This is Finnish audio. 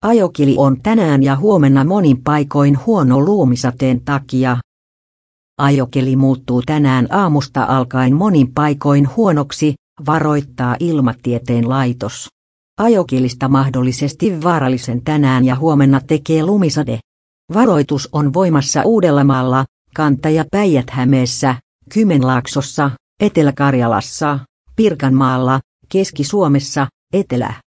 Ajokeli on tänään ja huomenna monin paikoin huono lumisateen takia. Ajokeli muuttuu tänään aamusta alkaen monin paikoin huonoksi, varoittaa Ilmatieteen laitos. Ajokelista mahdollisesti vaarallisen tänään ja huomenna tekee lumisade. Varoitus on voimassa Uudellamaalla, Kanta- ja Päijät-Hämeessä, Kymenlaaksossa, Etelä-Karjalassa, Pirkanmaalla, Keski-Suomessa, Etelä-